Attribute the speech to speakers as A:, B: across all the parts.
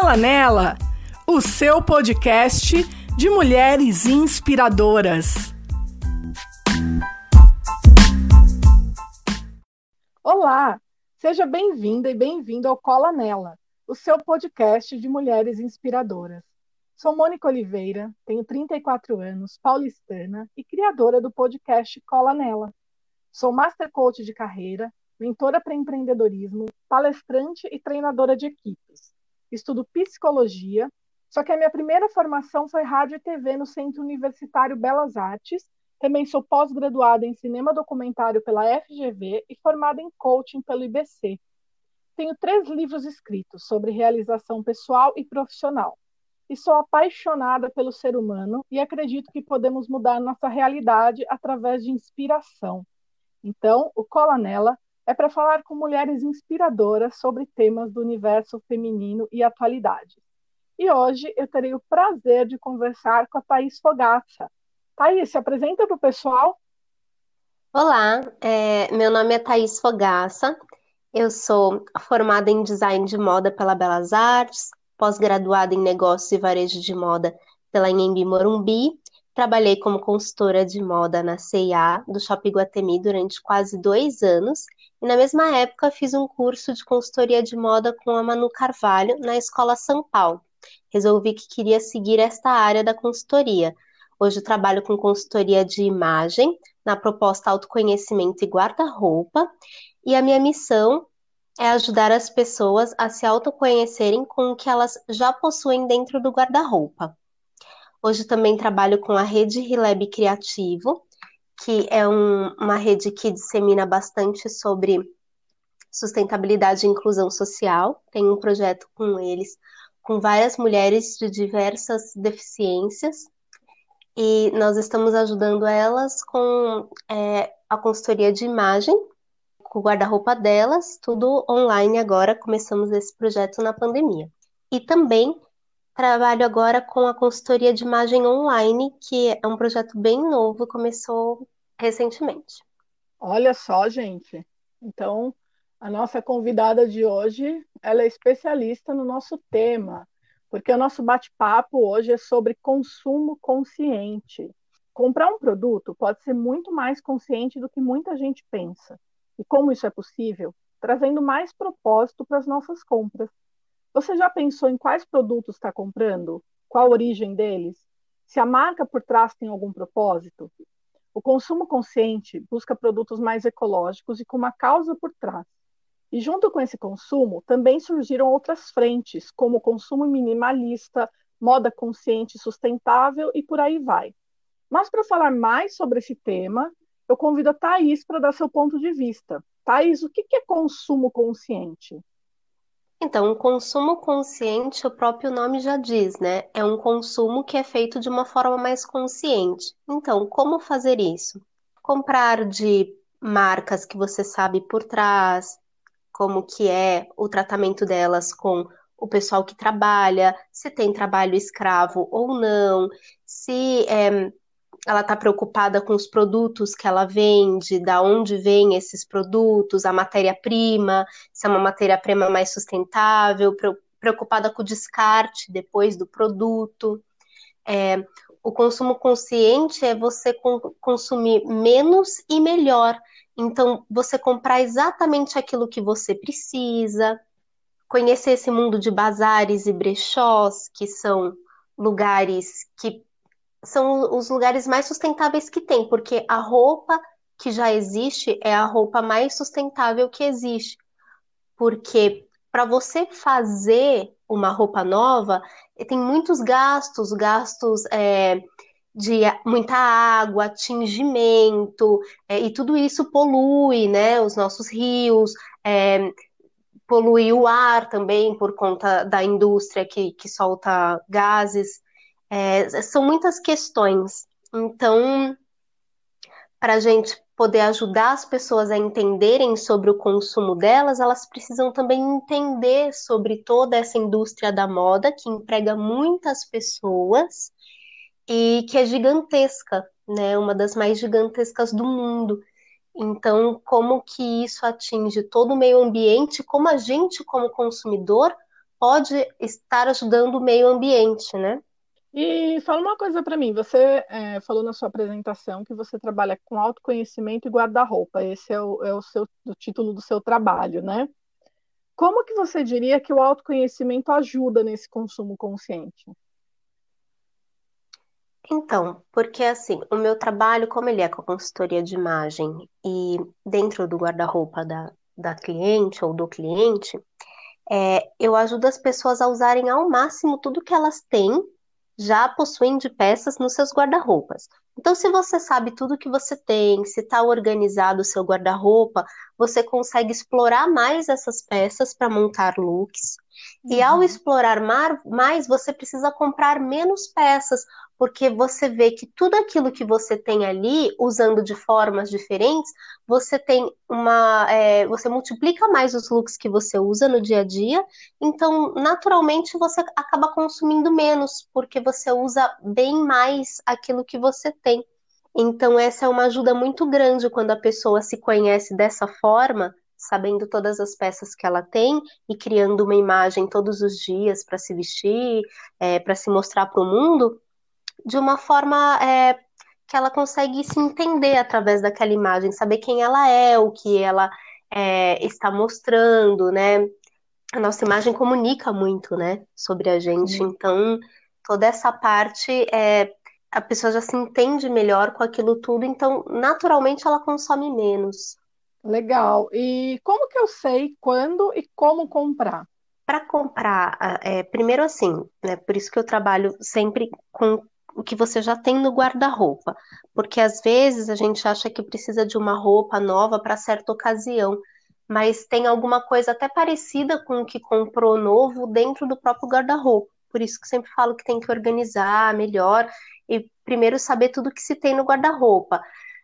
A: Cola Nela, o seu podcast de mulheres inspiradoras. Olá, seja bem-vinda e bem-vindo ao Cola Nela, o seu podcast de mulheres inspiradoras. Sou Mônica Oliveira, tenho 34 anos, paulistana e criadora do podcast Cola Nela. Sou Master Coach de carreira, mentora para empreendedorismo, palestrante e treinadora de equipes. Estudo psicologia, só que a minha primeira formação foi rádio e TV no Centro Universitário Belas Artes. Também sou pós-graduada em cinema documentário pela FGV e formada em coaching pelo IBC. Tenho 3 livros escritos sobre realização pessoal e profissional. E sou apaixonada pelo ser humano e acredito que podemos mudar nossa realidade através de inspiração. Então, o Cola Nela é para falar com mulheres inspiradoras sobre temas do universo feminino e atualidade. E hoje eu terei o prazer de conversar com a Thaís Fogaça. Thaís, se apresenta para o pessoal.
B: Olá, meu nome é Thaís Fogaça, eu sou formada em Design de Moda pela Belas Artes, pós-graduada em Negócios e Varejo de Moda pela Anhembi Morumbi, trabalhei como consultora de moda na C&A do Shopping Iguatemi durante quase 2 anos e na mesma época fiz um curso de consultoria de moda com a Manu Carvalho na Escola São Paulo. Resolvi que queria seguir esta área da consultoria. Hoje eu trabalho com consultoria de imagem, na proposta Autoconhecimento e Guarda-Roupa, e a minha missão é ajudar as pessoas a se autoconhecerem com o que elas já possuem dentro do guarda-roupa. Hoje também trabalho com a rede Rilab Criativo, que é uma rede que dissemina bastante sobre sustentabilidade e inclusão social. Tenho um projeto com eles, com várias mulheres de diversas deficiências, e nós estamos ajudando elas com a consultoria de imagem, com o guarda-roupa delas, tudo online agora, começamos esse projeto na pandemia. E também trabalho agora com a consultoria de imagem online, que é um projeto bem novo, começou recentemente.
A: Olha só, gente. Então, a nossa convidada de hoje, ela é especialista no nosso tema, porque o nosso bate-papo hoje é sobre consumo consciente. Comprar um produto pode ser muito mais consciente do que muita gente pensa. E como isso é possível? Trazendo mais propósito para as nossas compras. Você já pensou em quais produtos está comprando? Qual a origem deles? Se a marca por trás tem algum propósito? O consumo consciente busca produtos mais ecológicos e com uma causa por trás. E junto com esse consumo, também surgiram outras frentes, como o consumo minimalista, moda consciente e sustentável e por aí vai. Mas para falar mais sobre esse tema, eu convido a Thaís para dar seu ponto de vista. Thaís, o que é consumo consciente?
B: Então, o consumo consciente, o próprio nome já diz, né? É um consumo que é feito de uma forma mais consciente. Então, como fazer isso? Comprar de marcas que você sabe por trás, como que é o tratamento delas com o pessoal que trabalha, se tem trabalho escravo ou não, se ela está preocupada com os produtos que ela vende, da onde vêm esses produtos, a matéria-prima, se é uma matéria-prima mais sustentável, preocupada com o descarte depois do produto. O consumo consciente é você consumir menos e melhor. Então, você comprar exatamente aquilo que você precisa, conhecer esse mundo de bazares e brechós, que são lugares que são os lugares mais sustentáveis que tem, porque a roupa que já existe é a roupa mais sustentável que existe. Porque para você fazer uma roupa nova, tem muitos gastos de muita água, tingimento, e tudo isso polui, né, os nossos rios, polui o ar também por conta da indústria que solta gases. São muitas questões. Então, para a gente poder ajudar as pessoas a entenderem sobre o consumo delas, elas precisam também entender sobre toda essa indústria da moda que emprega muitas pessoas e que é gigantesca, né? Uma das mais gigantescas do mundo. Então, como que isso atinge todo o meio ambiente, como a gente, como consumidor, pode estar ajudando o meio ambiente, né?
A: E fala uma coisa para mim, você falou na sua apresentação que você trabalha com autoconhecimento e guarda-roupa, esse o título do seu trabalho, né? Como que você diria que o autoconhecimento ajuda nesse consumo consciente?
B: Então, porque assim, o meu trabalho, como ele é com a consultoria de imagem e dentro do guarda-roupa da cliente ou do cliente, eu ajudo as pessoas a usarem ao máximo tudo que elas têm, já possuem de peças nos seus guarda-roupas. Então, se você sabe tudo que você tem, se está organizado o seu guarda-roupa, você consegue explorar mais essas peças para montar looks. E ao
A: Uhum.
B: explorar mais, você precisa comprar menos peças, porque você vê que tudo aquilo que você tem ali, usando de formas diferentes, você multiplica mais os looks que você usa no dia a dia, então naturalmente você acaba consumindo menos, porque você usa bem mais aquilo que você tem. Então essa é uma ajuda muito grande quando a pessoa se conhece dessa forma, sabendo todas as peças que ela tem e criando uma imagem todos os dias para se vestir, para se mostrar para o mundo, de uma forma que ela consegue se entender através daquela imagem, saber quem ela é, o que ela está mostrando, né? A nossa imagem comunica muito, né, sobre a gente.
A: Sim.
B: Então, toda essa parte a pessoa já se entende melhor com aquilo tudo, então, naturalmente, ela consome menos.
A: Legal. E como que eu sei quando e como comprar?
B: Para comprar, primeiro assim, né, por isso que eu trabalho sempre com o que você já tem no guarda-roupa, porque às vezes a gente acha que precisa de uma roupa nova para certa ocasião, mas tem alguma coisa até parecida com o que comprou novo dentro do próprio guarda-roupa. Por isso que eu sempre falo que tem que organizar melhor e primeiro saber tudo que se tem no guarda-roupa.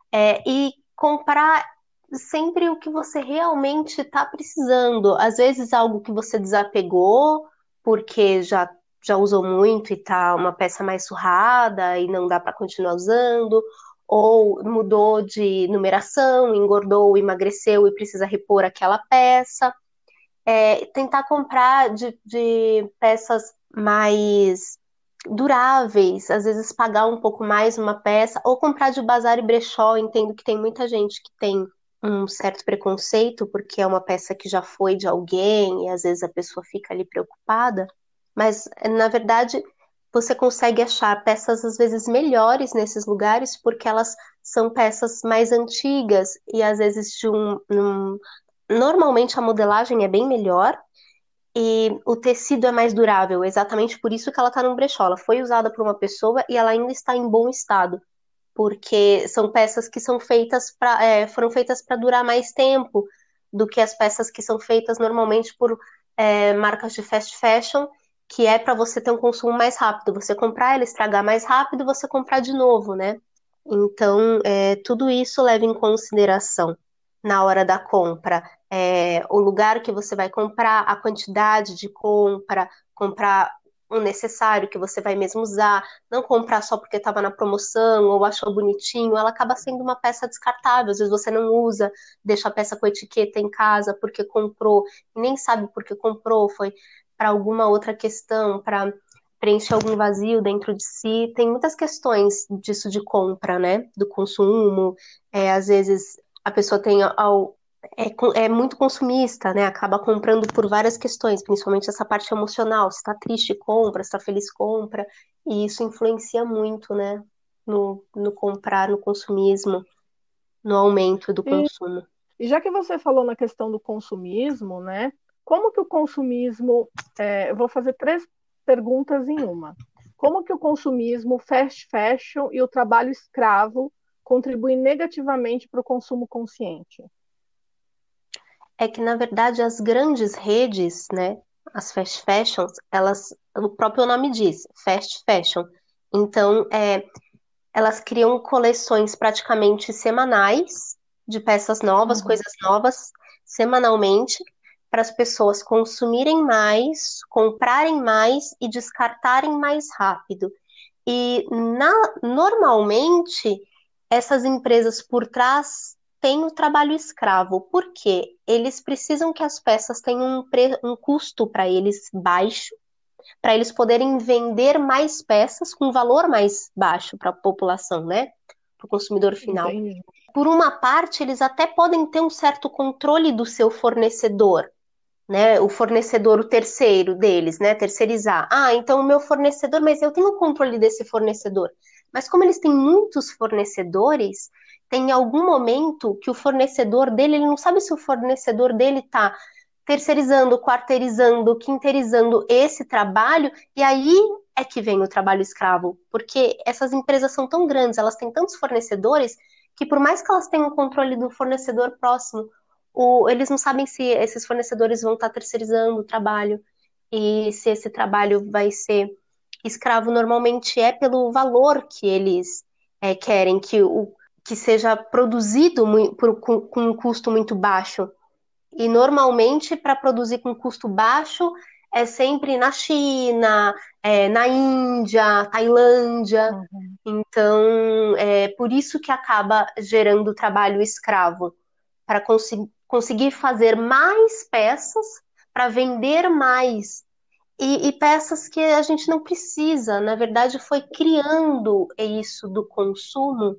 B: E comprar sempre o que você realmente está precisando. Às vezes algo que você desapegou porque já usou muito e tá uma peça mais surrada e não dá para continuar usando, ou mudou de numeração, engordou, emagreceu e precisa repor aquela peça. Tentar comprar de peças mais duráveis, às vezes pagar um pouco mais uma peça, ou comprar de bazar e brechó. Entendo que tem muita gente que tem um certo preconceito, porque é uma peça que já foi de alguém, e às vezes a pessoa fica ali preocupada, mas na verdade você consegue achar peças às vezes melhores nesses lugares, porque elas são peças mais antigas e às vezes normalmente a modelagem é bem melhor e o tecido é mais durável, exatamente por isso que ela está no brechó. Ela foi usada por uma pessoa e ela ainda está em bom estado, porque são peças que foram feitas para durar mais tempo do que as peças que são feitas normalmente por marcas de fast fashion, que é para você ter um consumo mais rápido. Você comprar, ela estragar mais rápido, e você comprar de novo, né? Então, tudo isso leva em consideração na hora da compra. O lugar que você vai comprar, a quantidade de comprar o necessário que você vai mesmo usar, não comprar só porque estava na promoção ou achou bonitinho, ela acaba sendo uma peça descartável. Às vezes você não usa, deixa a peça com etiqueta em casa porque comprou e nem sabe por que comprou, foi para alguma outra questão, para preencher algum vazio dentro de si. Tem muitas questões disso de compra, né? Do consumo. Às vezes a pessoa é muito consumista, né? Acaba comprando por várias questões, principalmente essa parte emocional. Se está triste, compra, se está feliz, compra. E isso influencia muito, né? No comprar, no consumismo, no aumento do
A: E,
B: consumo.
A: e já que você falou na questão do consumismo, né? Como que o consumismo, eu vou fazer três perguntas em uma. Como que o consumismo, o fast fashion e o trabalho escravo contribuem negativamente para o consumo consciente?
B: É que, na verdade, as grandes redes, né? As fast fashions, o próprio nome diz, fast fashion. Então, elas criam coleções praticamente semanais de peças novas,
A: Uhum.
B: coisas novas, semanalmente, para as pessoas consumirem mais, comprarem mais e descartarem mais rápido. Normalmente, essas empresas por trás tem o trabalho escravo, porque eles precisam que as peças tenham um custo para eles baixo, para eles poderem vender mais peças com valor mais baixo para a população, né? Para o consumidor final.
A: Entendi.
B: Por uma parte, eles até podem ter um certo controle do seu fornecedor, né? O fornecedor, o terceiro deles, né? Terceirizar. Ah, então o meu fornecedor, mas eu tenho o controle desse fornecedor. Mas como eles têm muitos fornecedores, tem algum momento que o fornecedor dele, ele não sabe se o fornecedor dele está terceirizando, quarteirizando, quinteirizando esse trabalho, e aí é que vem o trabalho escravo, porque essas empresas são tão grandes, elas têm tantos fornecedores, que por mais que elas tenham o controle do fornecedor próximo, eles não sabem se esses fornecedores vão estar terceirizando o trabalho e se esse trabalho vai ser escravo. Normalmente é pelo valor que eles querem que seja produzido com um custo muito baixo. E normalmente, para produzir com custo baixo, é sempre na China, na Índia, Tailândia.
A: Uhum.
B: Então, é por isso que acaba gerando trabalho escravo, para conseguir fazer mais peças, para vender mais. E peças que a gente não precisa. Na verdade, foi criando isso do consumo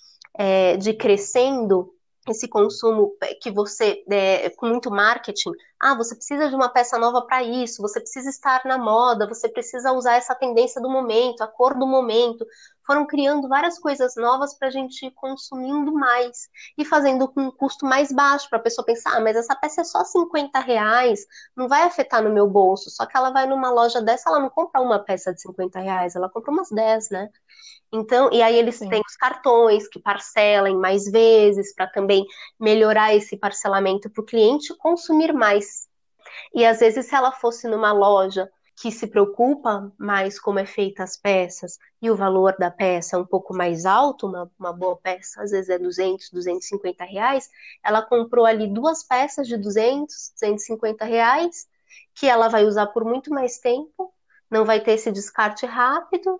B: de crescendo esse consumo que você, com muito marketing, você precisa de uma peça nova para isso, você precisa estar na moda, você precisa usar essa tendência do momento, a cor do momento. Foram criando várias coisas novas para a gente ir consumindo mais e fazendo com um custo mais baixo, para a pessoa pensar, mas essa peça é só R$ 50, não vai afetar no meu bolso. Só que ela vai numa loja dessa, ela não compra uma peça de R$ 50, ela compra umas 10, né? Então, e aí eles têm
A: Sim.
B: os cartões que parcelam mais vezes para também melhorar esse parcelamento para o cliente consumir mais. E às vezes, se ela fosse numa loja que se preocupa mais como é feita as peças e o valor da peça é um pouco mais alto, uma boa peça às vezes é R$ 200, R$ 250, ela comprou ali duas peças de R$ 200, R$ 250, que ela vai usar por muito mais tempo, não vai ter esse descarte rápido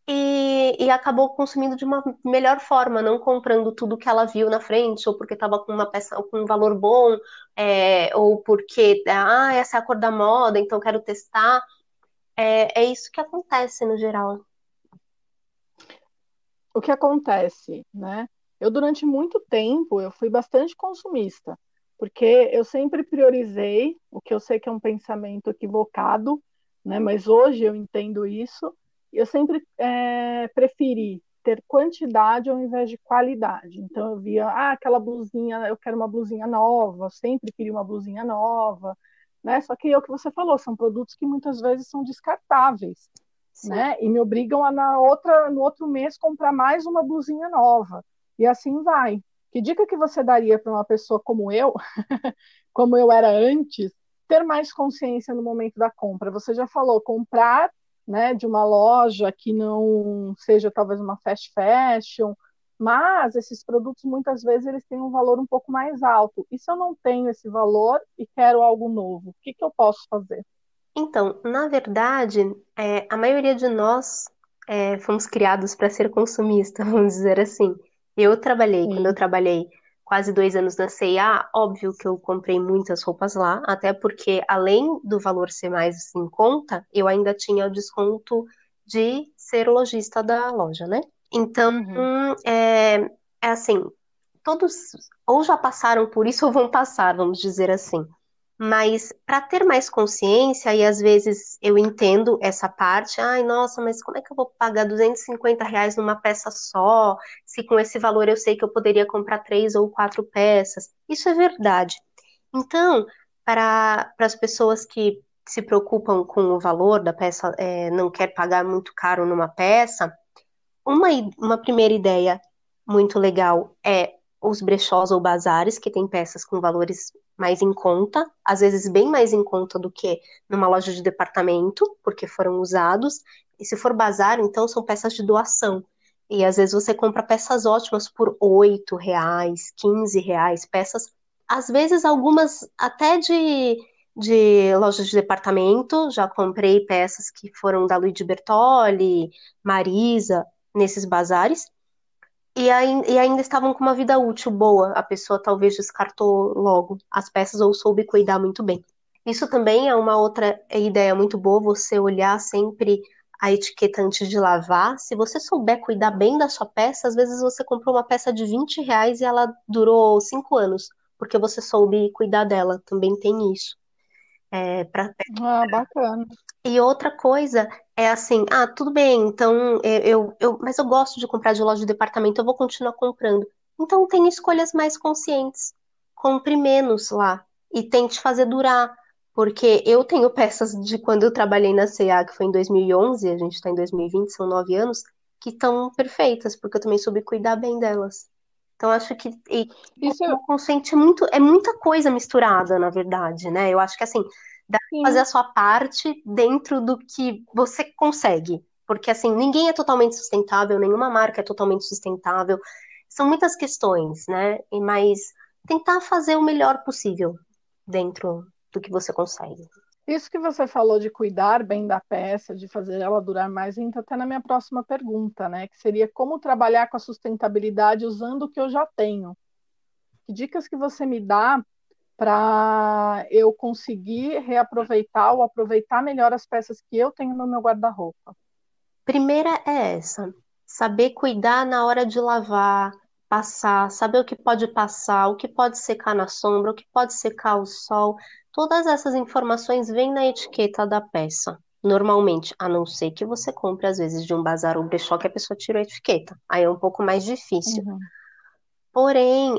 B: e acabou consumindo de uma melhor forma, não comprando tudo que ela viu na frente, ou porque estava com uma peça com um valor bom, ou porque essa é a cor da moda, então quero testar. É isso que acontece no geral.
A: O que acontece, né? Eu, durante muito tempo, eu fui bastante consumista, porque eu sempre priorizei o que eu sei que é um pensamento equivocado, né? Mas hoje eu entendo isso. Eu sempre preferi ter quantidade ao invés de qualidade. Então eu via, aquela blusinha, eu quero uma blusinha nova, eu sempre queria uma blusinha nova, né? Só que é o que você falou, são produtos que muitas vezes são descartáveis,
B: Sim.
A: né? E me obrigam a no outro mês comprar mais uma blusinha nova. E assim vai. Que dica que você daria para uma pessoa como eu, como eu era antes, ter mais consciência no momento da compra? Você já falou, comprar, né, de uma loja que não seja talvez uma fast fashion, mas esses produtos muitas vezes eles têm um valor um pouco mais alto. E se eu não tenho esse valor e quero algo novo, o que eu posso fazer?
B: Então, na verdade, a maioria de nós fomos criados para ser consumista, vamos dizer assim. Quando eu
A: Sim.
B: trabalhei quase 2 anos na C&A, óbvio que eu comprei muitas roupas lá, até porque além do valor ser mais em conta, eu ainda tinha o desconto de ser lojista da loja, né? Então,
A: Uhum.
B: é assim, todos ou já passaram por isso ou vão passar, vamos dizer assim. Mas para ter mais consciência, e às vezes eu entendo essa parte, ai, nossa, mas como é que eu vou pagar R$ 250 numa peça só, se com esse valor eu sei que eu poderia comprar 3 ou 4 peças? Isso é verdade. Então, para as pessoas que se preocupam com o valor da peça, não quer pagar muito caro numa peça, uma primeira ideia muito legal é os brechós ou bazares, que tem peças com valores mais em conta, às vezes bem mais em conta do que numa loja de departamento, porque foram usados. E se for bazar, então são peças de doação. E às vezes você compra peças ótimas por R$ 8, R$ 15, peças, às vezes algumas até de lojas de departamento. Já comprei peças que foram da Luigi Bertoli, Marisa, nesses bazares. e ainda estavam com uma vida útil boa. A pessoa talvez descartou logo as peças ou soube cuidar muito bem. Isso também é uma outra ideia muito boa, você olhar sempre a etiqueta antes de lavar. Se você souber cuidar bem da sua peça, às vezes você comprou uma peça de R$ 20 e ela durou 5 anos, porque você soube cuidar dela. Também tem isso. É,
A: Ah, bacana.
B: e outra coisa é assim, tudo bem, então mas eu gosto de comprar de loja de departamento, eu vou continuar comprando. Então tem escolhas mais conscientes. Compre menos lá e tente fazer durar, porque eu tenho peças de quando eu trabalhei na C&A, que foi em 2011, a gente está em 2020, são 9 anos, que estão perfeitas, porque eu também soube cuidar bem delas. Então acho que
A: Isso,
B: consumo consciente é muita coisa misturada, na verdade, né? Eu acho que assim fazer a
A: sim.
B: sua parte dentro do que você consegue. Porque, assim, ninguém é totalmente sustentável, nenhuma marca é totalmente sustentável. São muitas questões, né? Mas tentar fazer o melhor possível dentro do que você consegue.
A: Isso que você falou de cuidar bem da peça, de fazer ela durar mais, entra até na minha próxima pergunta, né? Que seria como trabalhar com a sustentabilidade usando o que eu já tenho. Que dicas que você me dá para eu conseguir reaproveitar ou aproveitar melhor as peças que eu tenho no meu guarda-roupa?
B: Primeira é essa, saber cuidar na hora de lavar, passar, saber o que pode passar, o que pode secar na sombra, o que pode secar ao sol. Todas essas informações vêm na etiqueta da peça. Normalmente, a não ser que você compre, às vezes, de um bazar ou brechó que a pessoa tirou a etiqueta. Aí é um pouco mais difícil.
A: Uhum.
B: Porém,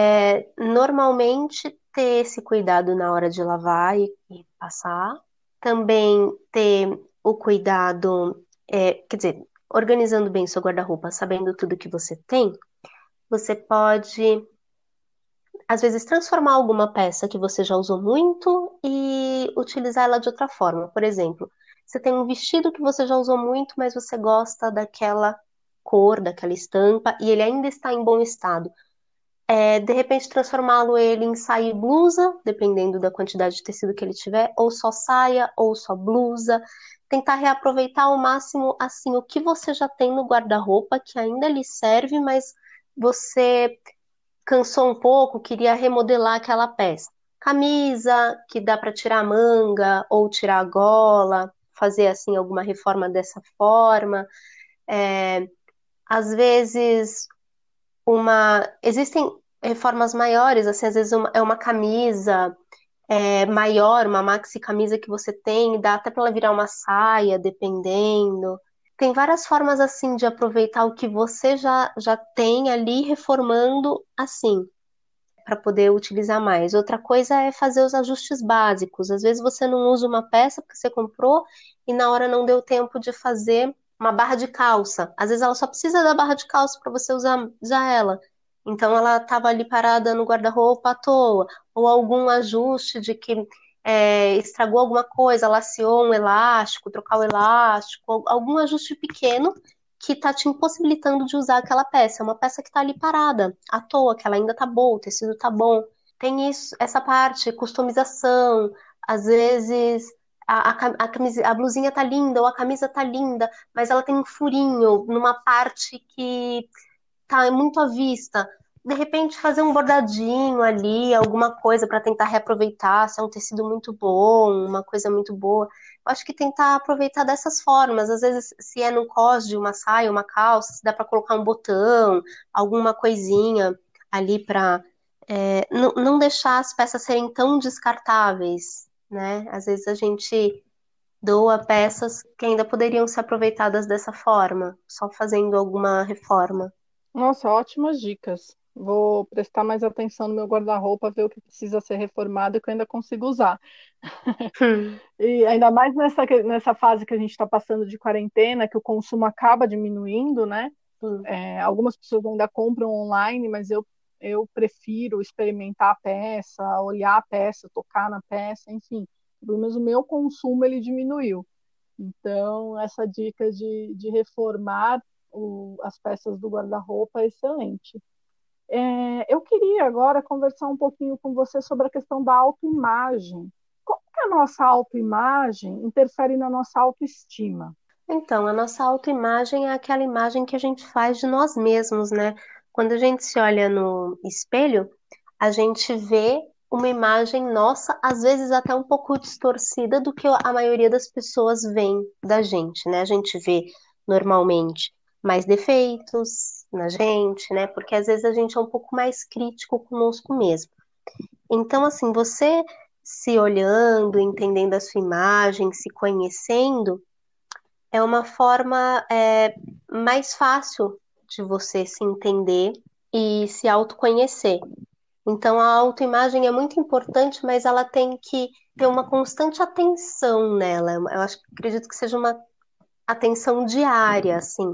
B: normalmente ter esse cuidado na hora de lavar e passar. Também ter o cuidado, quer dizer, organizando bem seu guarda-roupa, sabendo tudo que você tem, você pode, às vezes, transformar alguma peça que você já usou muito e utilizar ela de outra forma. Por exemplo, você tem um vestido que você já usou muito, mas você gosta daquela cor, daquela estampa, e ele ainda está em bom estado. De repente transformá-lo ele em saia e blusa, dependendo da quantidade de tecido que ele tiver, ou só saia, ou só blusa. Tentar reaproveitar ao máximo assim o que você já tem no guarda-roupa que ainda lhe serve, mas você cansou um pouco, queria remodelar aquela peça. Camisa que dá para tirar a manga ou tirar a gola, fazer assim alguma reforma dessa forma. É, às vezes existem reformas maiores, assim, às vezes é uma camisa maior, uma maxi camisa que você tem, dá até para ela virar uma saia, dependendo. Tem várias formas assim de aproveitar o que você já tem ali, reformando assim, para poder utilizar mais. Outra coisa é fazer os ajustes básicos. Às vezes você não usa uma peça porque você comprou e na hora não deu tempo de fazer uma barra de calça. Às vezes ela só precisa da barra de calça para você usar ela. Então ela estava ali parada no guarda-roupa à toa, ou algum ajuste de que estragou alguma coisa, laceou um elástico, trocar o elástico, algum ajuste pequeno que está te impossibilitando de usar aquela peça. É uma peça que está ali parada, à toa, que ela ainda tá boa, o tecido tá bom. Tem isso, essa parte, customização, às vezes a blusinha tá linda ou a camisa tá linda, mas ela tem um furinho numa parte que tá muito à vista. De repente, fazer um bordadinho ali, alguma coisa para tentar reaproveitar, se é um tecido muito bom, uma coisa muito boa. Eu acho que tentar aproveitar dessas formas. Às vezes, se é no cos de uma saia, uma calça, se dá para colocar um botão, alguma coisinha ali para não deixar as peças serem tão descartáveis, né? Às vezes a gente doa peças que ainda poderiam ser aproveitadas dessa forma, só fazendo alguma reforma.
A: Nossa, ótimas dicas. Vou prestar mais atenção no meu guarda-roupa, ver o que precisa ser reformado e que eu ainda consigo usar.
B: Hum,
A: E ainda mais nessa fase que a gente está passando de quarentena, que o consumo acaba diminuindo, né?
B: sim.
A: Algumas pessoas ainda compram online, mas eu prefiro experimentar a peça, olhar a peça, tocar na peça, enfim. Pelo menos o meu consumo ele diminuiu. Então, essa dica de reformar as peças do guarda-roupa é excelente. Eu queria agora conversar um pouquinho com você sobre a questão da autoimagem. Como que a nossa autoimagem interfere na nossa autoestima?
B: Então, a nossa autoimagem é aquela imagem que a gente faz de nós mesmos, né? Quando a gente se olha no espelho, a gente vê uma imagem nossa, às vezes até um pouco distorcida do que a maioria das pessoas veem da gente, né? A gente vê normalmente mais defeitos na gente, né? Porque às vezes a gente é um pouco mais crítico conosco mesmo. Então, assim, você se olhando, entendendo a sua imagem, se conhecendo, é uma forma mais fácil de você se entender e se autoconhecer. Então, a autoimagem é muito importante, mas ela tem que ter uma constante atenção nela. Eu acho, acredito que seja uma atenção diária, assim,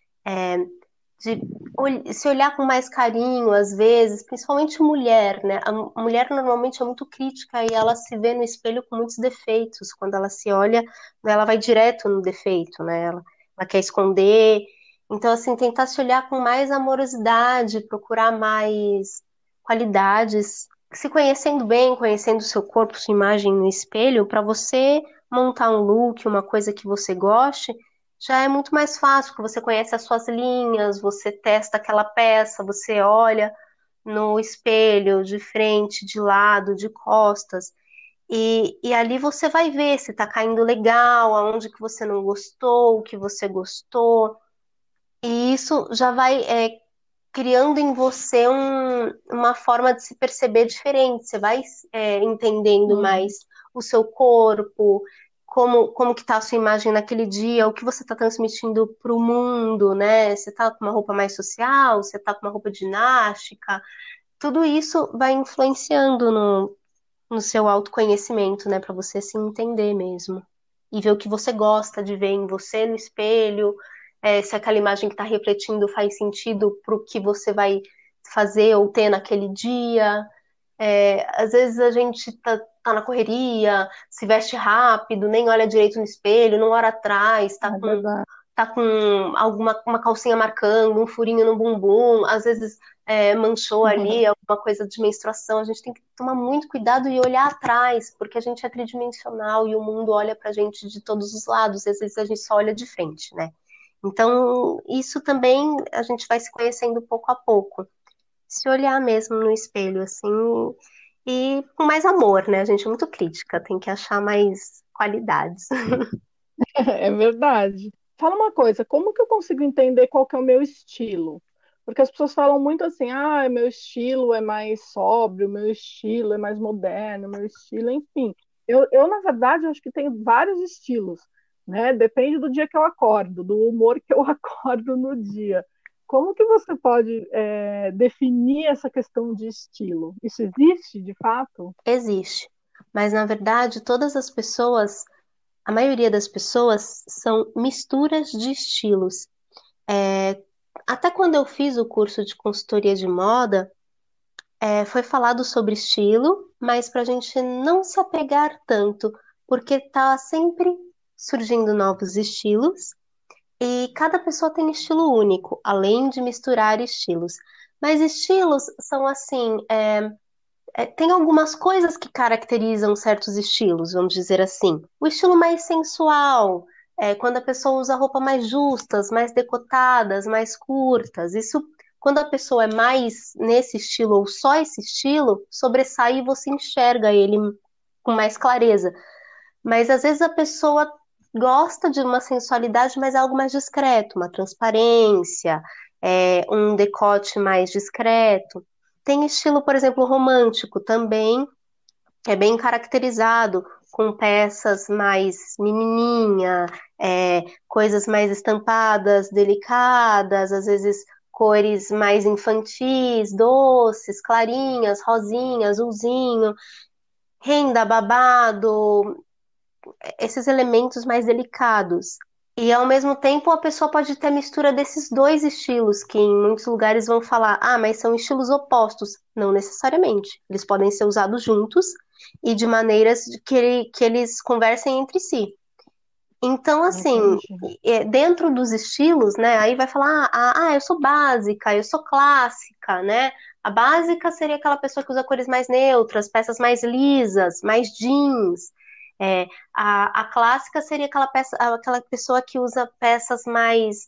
B: de se olhar com mais carinho, às vezes, principalmente mulher, né? A mulher normalmente é muito crítica e ela se vê no espelho com muitos defeitos. Quando ela se olha, ela vai direto no defeito, né? Ela quer esconder. Então, assim, tentar se olhar com mais amorosidade, procurar mais qualidades, se conhecendo bem, conhecendo o seu corpo, sua imagem no espelho, para você montar um look, uma coisa que você goste já é muito mais fácil, porque você conhece as suas linhas, você testa aquela peça, você olha no espelho, de frente, de lado, de costas, e ali você vai ver se tá caindo legal, aonde que você não gostou, o que você gostou, e isso já vai criando em você uma forma de se perceber diferente. Você vai entendendo
A: Uhum.
B: mais o seu corpo, como que tá a sua imagem naquele dia, o que você está transmitindo para o mundo, né? Você tá com uma roupa mais social, você tá com uma roupa de ginástica. Tudo isso vai influenciando no seu autoconhecimento, né? Para você se entender mesmo. E ver o que você gosta de ver em você no espelho, se aquela imagem que está refletindo faz sentido para o que você vai fazer ou ter naquele dia. Às vezes a gente tá na correria, se veste rápido, nem olha direito no espelho, não olha atrás,
A: É verdade.
B: tá com uma calcinha marcando, um furinho no bumbum, às vezes manchou ali alguma coisa de menstruação. A gente tem que tomar muito cuidado e olhar atrás, porque a gente é tridimensional e o mundo olha pra gente de todos os lados, e às vezes a gente só olha de frente, né? Então, isso também a gente vai se conhecendo pouco a pouco. Se olhar mesmo no espelho, assim, e com mais amor, né? A gente é muito crítica, tem que achar mais qualidades.
A: É verdade. Fala uma coisa, como que eu consigo entender qual que é o meu estilo? Porque as pessoas falam muito assim, ah, meu estilo é mais sóbrio, meu estilo é mais moderno, meu estilo, enfim. Na verdade, acho que tem vários estilos, né? Depende do dia que eu acordo, do humor que eu acordo no dia. Como que você pode, definir essa questão de estilo? Isso existe, de fato?
B: Existe. Mas, na verdade, todas as pessoas, a maioria das pessoas, são misturas de estilos. É, Até quando eu fiz o curso de consultoria de moda, foi falado sobre estilo, mas para a gente não se apegar tanto, porque tá sempre surgindo novos estilos e cada pessoa tem estilo único, além de misturar estilos. Mas estilos são assim, tem algumas coisas que caracterizam certos estilos, vamos dizer assim. O estilo mais sensual, quando a pessoa usa roupa mais justas, mais decotadas, mais curtas. Isso, quando a pessoa é mais nesse estilo ou só esse estilo, sobressai e você enxerga ele com mais clareza. Mas às vezes a pessoa gosta de uma sensualidade, mas é algo mais discreto, uma transparência, um decote mais discreto. Tem estilo, por exemplo, romântico também, é bem caracterizado, com peças mais menininha, coisas mais estampadas, delicadas, às vezes cores mais infantis, doces, clarinhas, rosinha, azulzinho, renda, babado, esses elementos mais delicados. E ao mesmo tempo a pessoa pode ter mistura desses dois estilos, que em muitos lugares vão falar, ah, mas são estilos opostos. Não necessariamente. Eles podem ser usados juntos e de maneiras que eles conversem entre si. Então, assim,
A: Entendi.
B: dentro dos estilos, né, aí vai falar, eu sou básica, eu sou clássica, né? A básica seria aquela pessoa que usa cores mais neutras, peças mais lisas, mais jeans. É, a clássica seria aquela pessoa que usa peças mais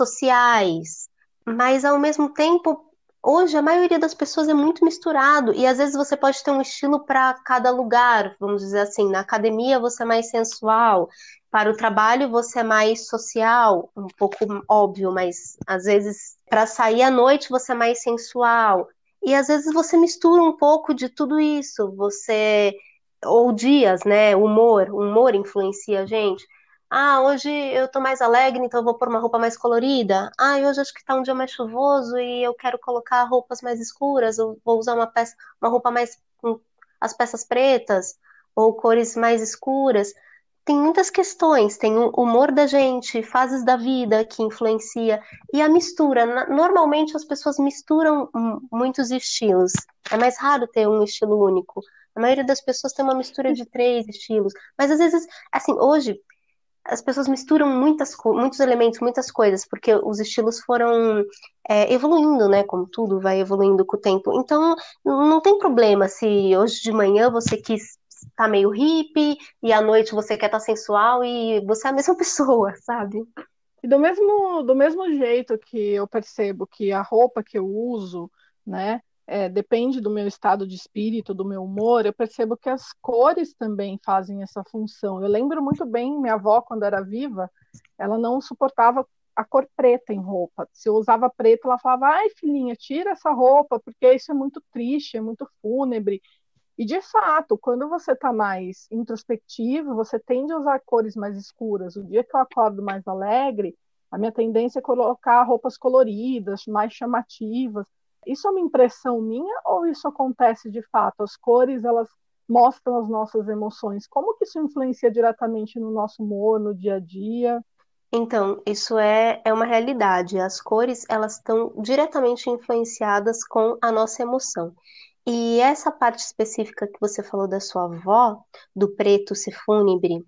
B: sociais, mas ao mesmo tempo, hoje a maioria das pessoas é muito misturado e às vezes você pode ter um estilo para cada lugar, vamos dizer assim, na academia você é mais sensual, para o trabalho você é mais social, um pouco óbvio, mas às vezes para sair à noite você é mais sensual. E às vezes você mistura um pouco de tudo isso. Você ou dias, né? O humor influencia a gente. Ah, hoje eu tô mais alegre, então eu vou pôr uma roupa mais colorida. Ah, e hoje acho que tá um dia mais chuvoso e eu quero colocar roupas mais escuras. Eu vou usar uma roupa mais com as peças pretas ou cores mais escuras. Tem muitas questões, tem o humor da gente, fases da vida que influencia e a mistura. Normalmente as pessoas misturam muitos estilos. É mais raro ter um estilo único. A maioria das pessoas tem uma mistura de três estilos. Mas às vezes, assim, hoje as pessoas misturam muitos elementos, muitas coisas, porque os estilos foram evoluindo, né? Como tudo vai evoluindo com o tempo. Então, não tem problema se hoje de manhã você quis estar meio hippie e à noite você quer estar sensual e você é a mesma pessoa, sabe?
A: E do mesmo jeito que eu percebo que a roupa que eu uso, né, depende do meu estado de espírito, do meu humor, eu percebo que as cores também fazem essa função. Eu lembro muito bem, minha avó, quando era viva, ela não suportava a cor preta em roupa. Se eu usava preto, ela falava: ai, filhinha, tira essa roupa, porque isso é muito triste, é muito fúnebre. E de fato, quando você está mais introspectivo, você tende a usar cores mais escuras. O dia que eu acordo mais alegre, a minha tendência é colocar roupas coloridas, mais chamativas. Isso é uma impressão minha ou isso acontece de fato? As cores, elas mostram as nossas emoções. Como que isso influencia diretamente no nosso humor, no dia a dia?
B: Então, isso é uma realidade. As cores, elas estão diretamente influenciadas com a nossa emoção. E essa parte específica que você falou da sua avó, do preto ser fúnebre,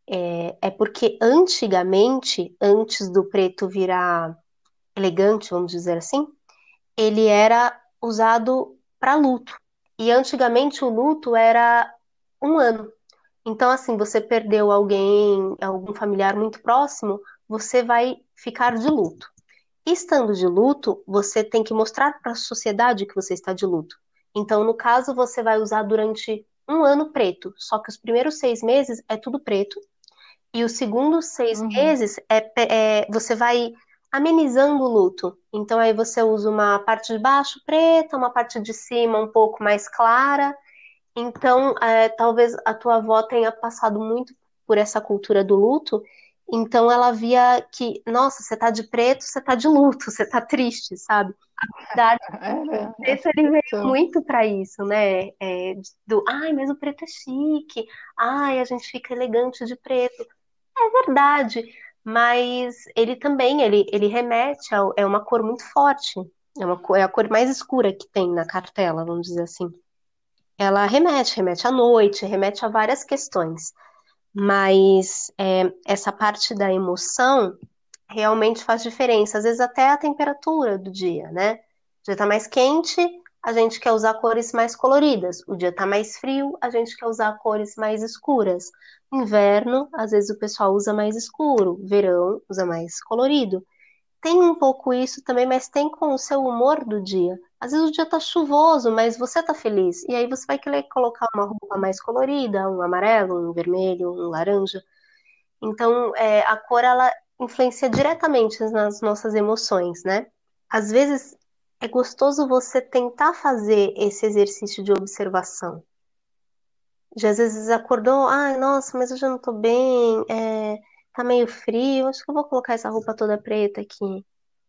B: é porque antigamente, antes do preto virar elegante, vamos dizer assim, ele era usado para luto. E antigamente o luto era um ano. Então, assim, você perdeu alguém, algum familiar muito próximo, você vai ficar de luto. Estando de luto, você tem que mostrar para a sociedade que você está de luto. Então, no caso, você vai usar durante um ano preto, só que os primeiros 6 meses é tudo preto, e os segundos seis
A: Uhum.
B: meses você vai amenizando o luto. Então, aí você usa uma parte de baixo preta, uma parte de cima um pouco mais clara, então, talvez a tua avó tenha passado muito por essa cultura do luto, então ela via que, nossa, você tá de preto, você tá de luto, você tá triste, sabe? A verdade,
A: Era
B: o preto
A: essa
B: ele veio
A: questão.
B: muito para isso, né? Ai, mas o preto é chique, ai, a gente fica elegante de preto. É verdade, mas ele também, ele remete é uma cor muito forte, é a cor mais escura que tem na cartela, vamos dizer assim. Ela remete à noite, remete a várias questões, mas essa parte da emoção realmente faz diferença, às vezes até a temperatura do dia, né? O dia tá mais quente, a gente quer usar cores mais coloridas. O dia tá mais frio, a gente quer usar cores mais escuras. Inverno, às vezes o pessoal usa mais escuro, verão usa mais colorido. Tem um pouco isso também, mas tem com o seu humor do dia. Às vezes o dia tá chuvoso, mas você tá feliz. E aí você vai querer colocar uma roupa mais colorida, um amarelo, um vermelho, um laranja. Então, a cor, ela influencia diretamente nas nossas emoções, né? Às vezes é gostoso você tentar fazer esse exercício de observação. Já às vezes acordou, ai, nossa, mas eu já não tô bem, tá meio frio, acho que eu vou colocar essa roupa toda preta aqui.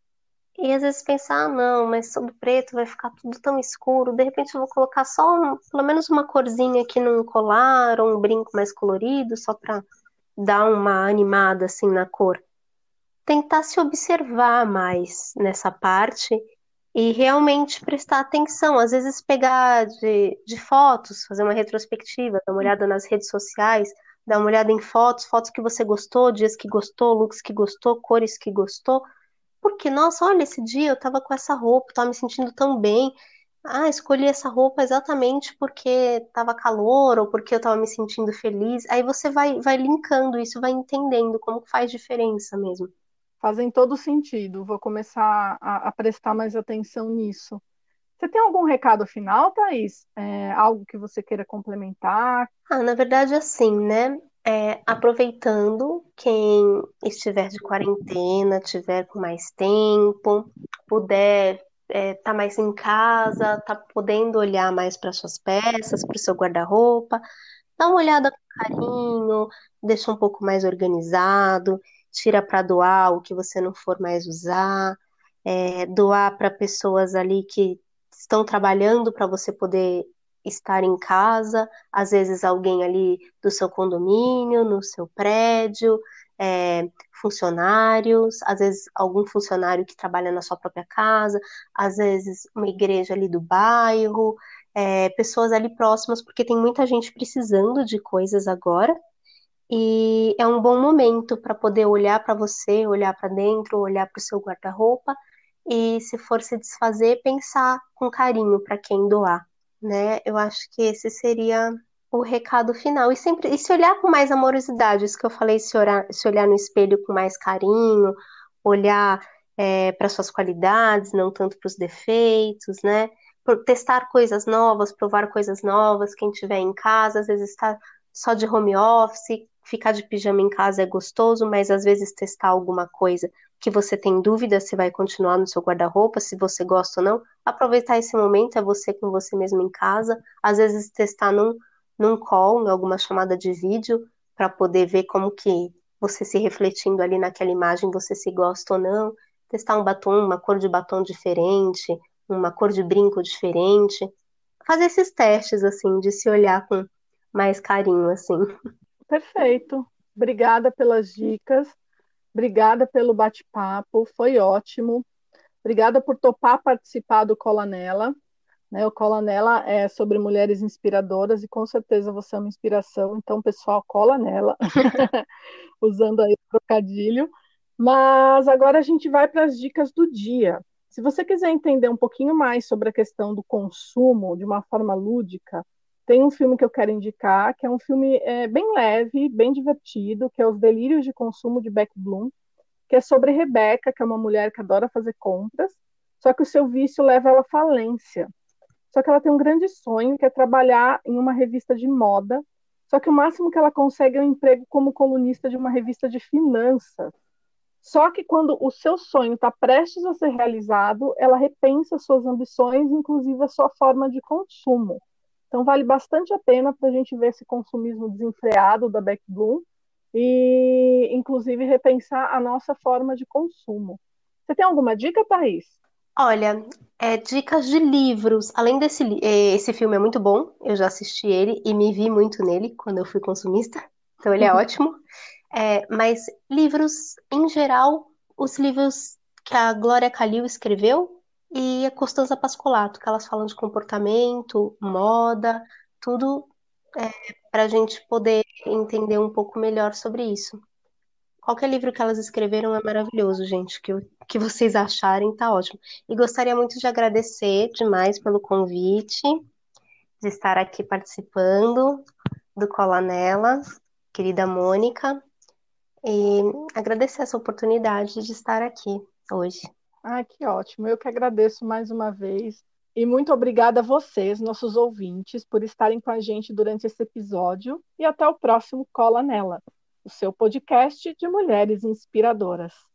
B: E às vezes pensar, ah, não, mas tudo preto vai ficar tudo tão escuro. De repente eu vou colocar só pelo menos uma corzinha aqui num colar ou um brinco mais colorido, só para dar uma animada assim na cor. Tentar se observar mais nessa parte e realmente prestar atenção. Às vezes pegar de fotos, fazer uma retrospectiva, dar uma olhada nas redes sociais, dar uma olhada em fotos, fotos que você gostou, dias que gostou, looks que gostou, cores que gostou porque, nossa, olha, esse dia eu tava com essa roupa, tava me sentindo tão bem. Ah, escolhi essa roupa exatamente porque estava calor ou porque eu estava me sentindo feliz. Aí você vai linkando isso, vai entendendo como que faz diferença mesmo.
A: Fazem todo sentido. Vou começar a prestar mais atenção nisso. Você tem algum recado final, Thaís? Algo que você queira complementar?
B: Ah, na verdade, assim, né? Aproveitando quem estiver de quarentena, tiver com mais tempo, puder tá mais em casa, tá podendo olhar mais para suas peças, para o seu guarda-roupa, dá uma olhada com carinho, deixa um pouco mais organizado, tira para doar o que você não for mais usar, doar para pessoas ali que estão trabalhando para você poder estar em casa, às vezes alguém ali do seu condomínio, no seu prédio, funcionários, às vezes algum funcionário que trabalha na sua própria casa, às vezes uma igreja ali do bairro, pessoas ali próximas, porque tem muita gente precisando de coisas agora. E é um bom momento para poder olhar para você, olhar para dentro, olhar para o seu guarda-roupa e, se for se desfazer, pensar com carinho para quem doar, né? Eu acho que esse seria o recado final. E sempre, e se olhar com mais amorosidade, isso que eu falei, se olhar no espelho com mais carinho, olhar para suas qualidades, não tanto para os defeitos, né? Testar coisas novas, provar coisas novas. Quem estiver em casa, às vezes está só de home office, ficar de pijama em casa é gostoso, mas às vezes testar alguma coisa que você tem dúvida se vai continuar no seu guarda-roupa, se você gosta ou não, aproveitar esse momento, é você com você mesmo em casa, às vezes testar num call, em alguma chamada de vídeo, para poder ver como que você se refletindo ali naquela imagem, você se gosta ou não, testar um batom, uma cor de batom diferente, uma cor de brinco diferente, fazer esses testes, assim, de se olhar com mais carinho, assim.
A: Perfeito. Obrigada pelas dicas. Obrigada pelo bate-papo. Foi ótimo. Obrigada por topar participar do Cola Nela, né? O Cola Nela é sobre mulheres inspiradoras e com certeza você é uma inspiração. Então, pessoal, cola nela, usando aí o trocadilho. Mas agora a gente vai para as dicas do dia. Se você quiser entender um pouquinho mais sobre a questão do consumo de uma forma lúdica, tem um filme que eu quero indicar, que é um filme bem leve, bem divertido, que é Os Delírios de Consumo de Beck Bloom, que é sobre Rebeca, que é uma mulher que adora fazer compras, só que o seu vício leva ela à falência. Só que ela tem um grande sonho, que é trabalhar em uma revista de moda, só que o máximo que ela consegue é um emprego como colunista de uma revista de finanças. Só que quando o seu sonho está prestes a ser realizado, ela repensa suas ambições, inclusive a sua forma de consumo. Então vale bastante a pena para a gente ver esse consumismo desenfreado da Beck Bloom e, inclusive, repensar a nossa forma de consumo. Você tem alguma dica, Thaís?
B: Olha, dicas de livros. Além esse filme é muito bom, eu já assisti ele e me vi muito nele quando eu fui consumista, então ele é ótimo. Mas livros, em geral, os livros que a Glória Calil escreveu e a Costanza Pascolato, que elas falam de comportamento, moda, tudo para a gente poder entender um pouco melhor sobre isso. Qualquer livro que elas escreveram é maravilhoso, gente. Que vocês acharem, tá ótimo. E gostaria muito de agradecer demais pelo convite, de estar aqui participando do Cola Nela, querida Mônica, e agradecer essa oportunidade de estar aqui hoje.
A: Ah, que ótimo. Eu que agradeço mais uma vez. E muito obrigada a vocês, nossos ouvintes, por estarem com a gente durante esse episódio. E até o próximo Cola Nela, o seu podcast de mulheres inspiradoras.